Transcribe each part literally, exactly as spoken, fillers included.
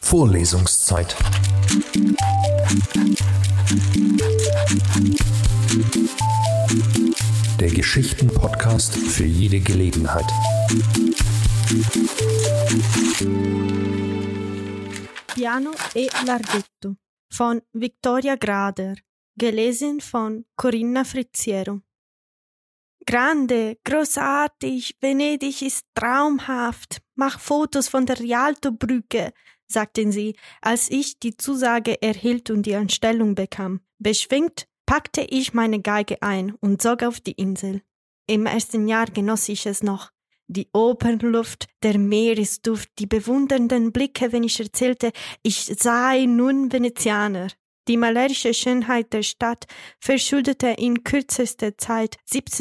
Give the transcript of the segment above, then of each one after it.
Vorlesungszeit. Der Geschichten-Podcast für jede Gelegenheit. Piano e Lardetto von Victoria Grader, gelesen von Corinna Frizziero. Grande, großartig, Venedig ist traumhaft. Mach Fotos von der Rialto-Brücke, sagten sie, als ich die Zusage erhielt und die Anstellung bekam. Beschwingt packte ich meine Geige ein und zog auf die Insel. Im ersten Jahr genoss ich es noch. Die Opernluft, der Meeresduft, die bewundernden Blicke, wenn ich erzählte, ich sei nun Venezianer. Die malerische Schönheit der Stadt verschuldete in kürzester Zeit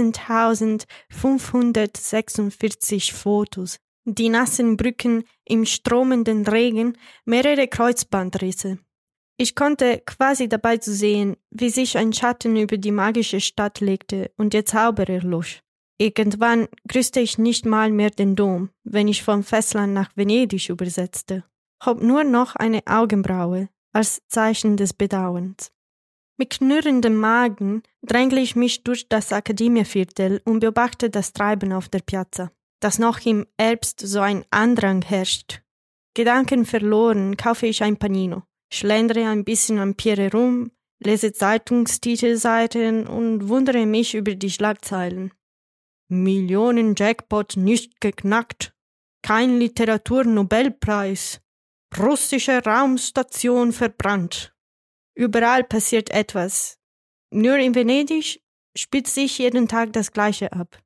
siebzehntausendfünfhundertsechsundvierzig Fotos. Die nassen Brücken im strömenden Regen, mehrere Kreuzbandrisse. Ich konnte quasi dabei zusehen, wie sich ein Schatten über die magische Stadt legte und der Zauber erlosch. Irgendwann grüßte ich nicht mal mehr den Dom, wenn ich vom Festland nach Venedig übersetzte. Hob nur noch eine Augenbraue als Zeichen des Bedauerns. Mit knurrendem Magen drängle ich mich durch das Akademieviertel und beobachte das Treiben auf der Piazza, dass noch im Herbst so ein Andrang herrscht. Gedanken verloren kaufe ich ein Panino, schlendere ein bisschen am Pier herum, lese Zeitungstitelseiten und wundere mich über die Schlagzeilen. Millionen-Jackpot nicht geknackt, kein Literaturnobelpreis, russische Raumstation verbrannt. Überall passiert etwas. Nur in Venedig spielt sich jeden Tag das Gleiche ab.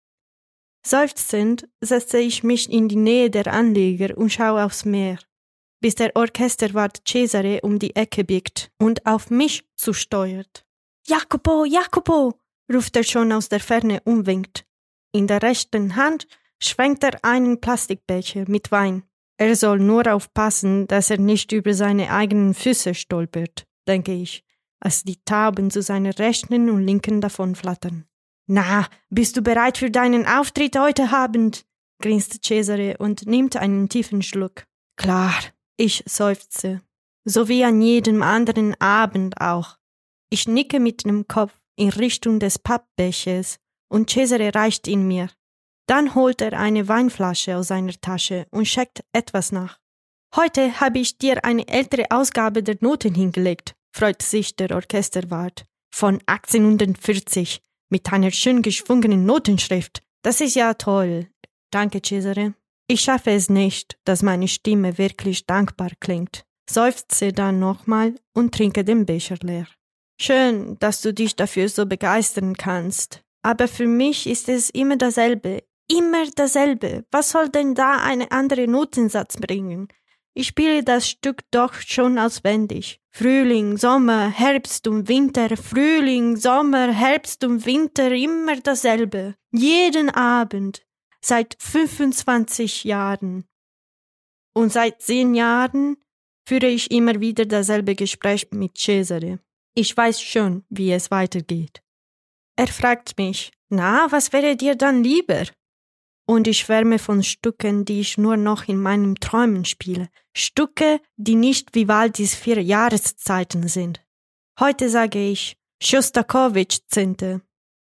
Seufzend setze ich mich in die Nähe der Anleger und schaue aufs Meer, bis der Orchesterwart Cesare um die Ecke biegt und auf mich zusteuert. »Jacopo, Jacopo«, ruft er schon aus der Ferne und winkt. In der rechten Hand schwenkt er einen Plastikbecher mit Wein. Er soll nur aufpassen, dass er nicht über seine eigenen Füße stolpert, denke ich, als die Tauben zu seiner rechten und linken davonflattern. »Na, bist du bereit für deinen Auftritt heute Abend?« grinst Cesare und nimmt einen tiefen Schluck. »Klar«, ich seufze, so wie an jedem anderen Abend auch. Ich nicke mit dem Kopf in Richtung des Pappbechers und Cesare reicht ihn mir. Dann holt er eine Weinflasche aus seiner Tasche und scheckt etwas nach. »Heute habe ich dir eine ältere Ausgabe der Noten hingelegt«, freut sich der Orchesterwart. »Von achtzehnhundertvierzig, mit einer schön geschwungenen Notenschrift. Das ist ja toll. Danke, Cesare. Ich schaffe es nicht, dass meine Stimme wirklich dankbar klingt. Seufze dann nochmal und trinke den Becher leer. Schön, dass du dich dafür so begeistern kannst. Aber für mich ist es immer dasselbe. Immer dasselbe. Was soll denn da eine andere Notensatz bringen? Ich spiele das Stück doch schon auswendig. Frühling, Sommer, Herbst und Winter, Frühling, Sommer, Herbst und Winter, immer dasselbe. Jeden Abend. Seit fünfundzwanzig Jahren. Und seit zehn Jahren führe ich immer wieder dasselbe Gespräch mit Cesare. Ich weiß schon, wie es weitergeht. Er fragt mich, na, was wäre dir dann lieber? Und ich schwärme von Stücken, die ich nur noch in meinen Träumen spiele. Stücke, die nicht Vivaldis vier Jahreszeiten sind. Heute sage ich Schostakowitsch-Zinte.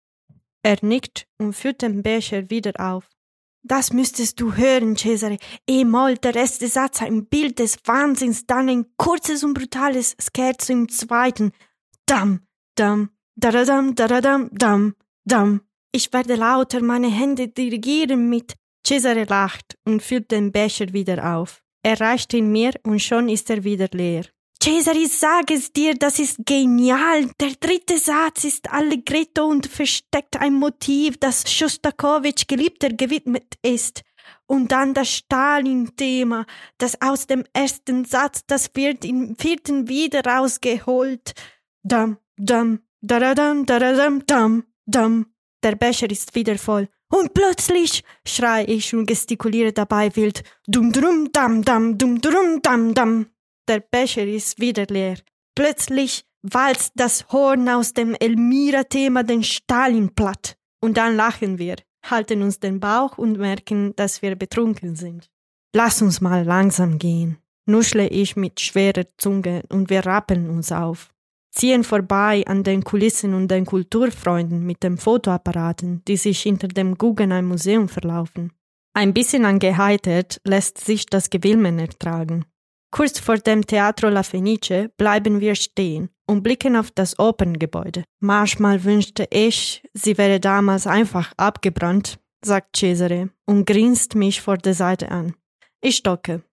Er nickt und führt den Becher wieder auf. Das müsstest du hören, Cesare. E-Moll, der erste Satz, ein Bild des Wahnsinns, dann ein kurzes und brutales Scherzo im zweiten. Dam, dam, dadadam, dadadam, dam, dam. Ich werde lauter, meine Hände dirigieren mit. Cesare lacht und füllt den Becher wieder auf. Er reicht ihn mir und schon ist er wieder leer. Cesare, ich sage es dir, das ist genial. Der dritte Satz ist Allegretto und versteckt ein Motiv, das Schostakowitsch Geliebter gewidmet ist. Und dann das Stalin-Thema, das aus dem ersten Satz, das wird im vierten wieder rausgeholt. Dam, dam, dadadam, dadadam, dam, dam. Der Becher ist wieder voll. Und plötzlich schrei ich und gestikuliere dabei wild. Dum drum dam dam, dum drum dam dam. Der Becher ist wieder leer. Plötzlich walzt das Horn aus dem Elmira-Thema den Stalin platt. Und dann lachen wir, halten uns den Bauch und merken, dass wir betrunken sind. Lass uns mal langsam gehen. nuschle ich mit schwerer Zunge und wir rappeln uns auf. Ziehen vorbei an den Kulissen und den Kulturfreunden mit den Fotoapparaten, die sich hinter dem Guggenheim Museum verlaufen. Ein bisschen angeheitert lässt sich das Gewilmen ertragen. Kurz vor dem Teatro La Fenice bleiben wir stehen und blicken auf das Operngebäude. Manchmal wünschte ich, sie wäre damals einfach abgebrannt, sagt Cesare und grinst mich vor der Seite an. Ich stocke.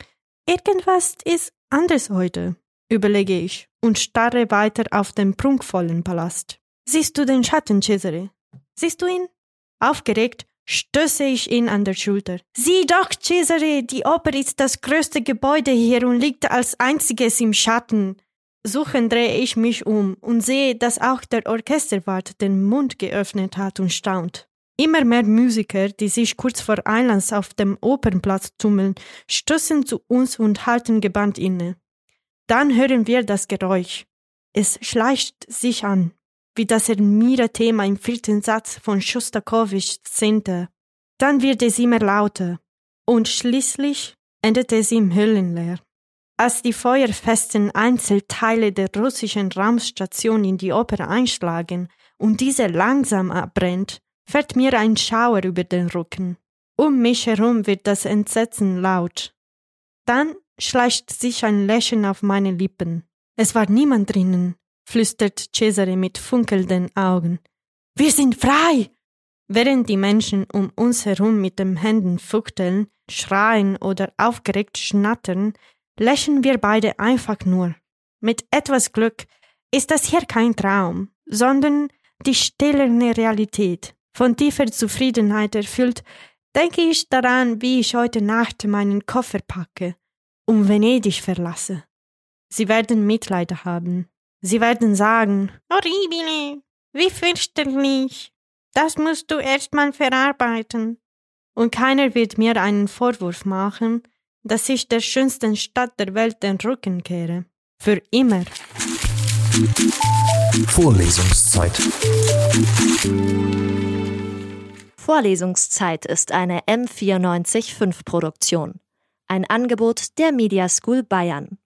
Irgendwas ist anders heute, überlege ich und starre weiter auf den prunkvollen Palast. Siehst du den Schatten, Cesare? Siehst du ihn? Aufgeregt stöße ich ihn an der Schulter. Sieh doch, Cesare, die Oper ist das größte Gebäude hier und liegt als einziges im Schatten. Suchend drehe ich mich um und sehe, dass auch der Orchesterwart den Mund geöffnet hat und staunt. Immer mehr Musiker, die sich kurz vor Einlass auf dem Opernplatz tummeln, stoßen zu uns und halten gebannt inne. Dann hören wir das Geräusch. Es schleicht sich an, wie das Elmira-Thema im vierten Satz von Schostakowitschs Zehnter. Dann wird es immer lauter und schließlich endet es im Höllenleer. Als die feuerfesten Einzelteile der russischen Raumstation in die Oper einschlagen und diese langsam abbrennt, fährt mir ein Schauer über den Rücken. Um mich herum wird das Entsetzen laut. Dann schleicht sich ein Lächeln auf meine Lippen. Es war niemand drinnen, flüstert Cesare mit funkelnden Augen. Wir sind frei! Während die Menschen um uns herum mit den Händen fuchteln, schreien oder aufgeregt schnattern, lächeln wir beide einfach nur. Mit etwas Glück ist das hier kein Traum, sondern die stählerne Realität. Von tiefer Zufriedenheit erfüllt, denke ich daran, wie ich heute Nacht meinen Koffer packe und Venedig verlasse. Sie werden Mitleid haben. Sie werden sagen, horribile, wie fürchterlich, das musst du erst mal verarbeiten. Und keiner wird mir einen Vorwurf machen, dass ich der schönsten Stadt der Welt den Rücken kehre. Für immer. Vorlesungszeit. Vorlesungszeit ist eine M vierundneunzig Komma fünf Produktion. Ein Angebot der Media School Bayern.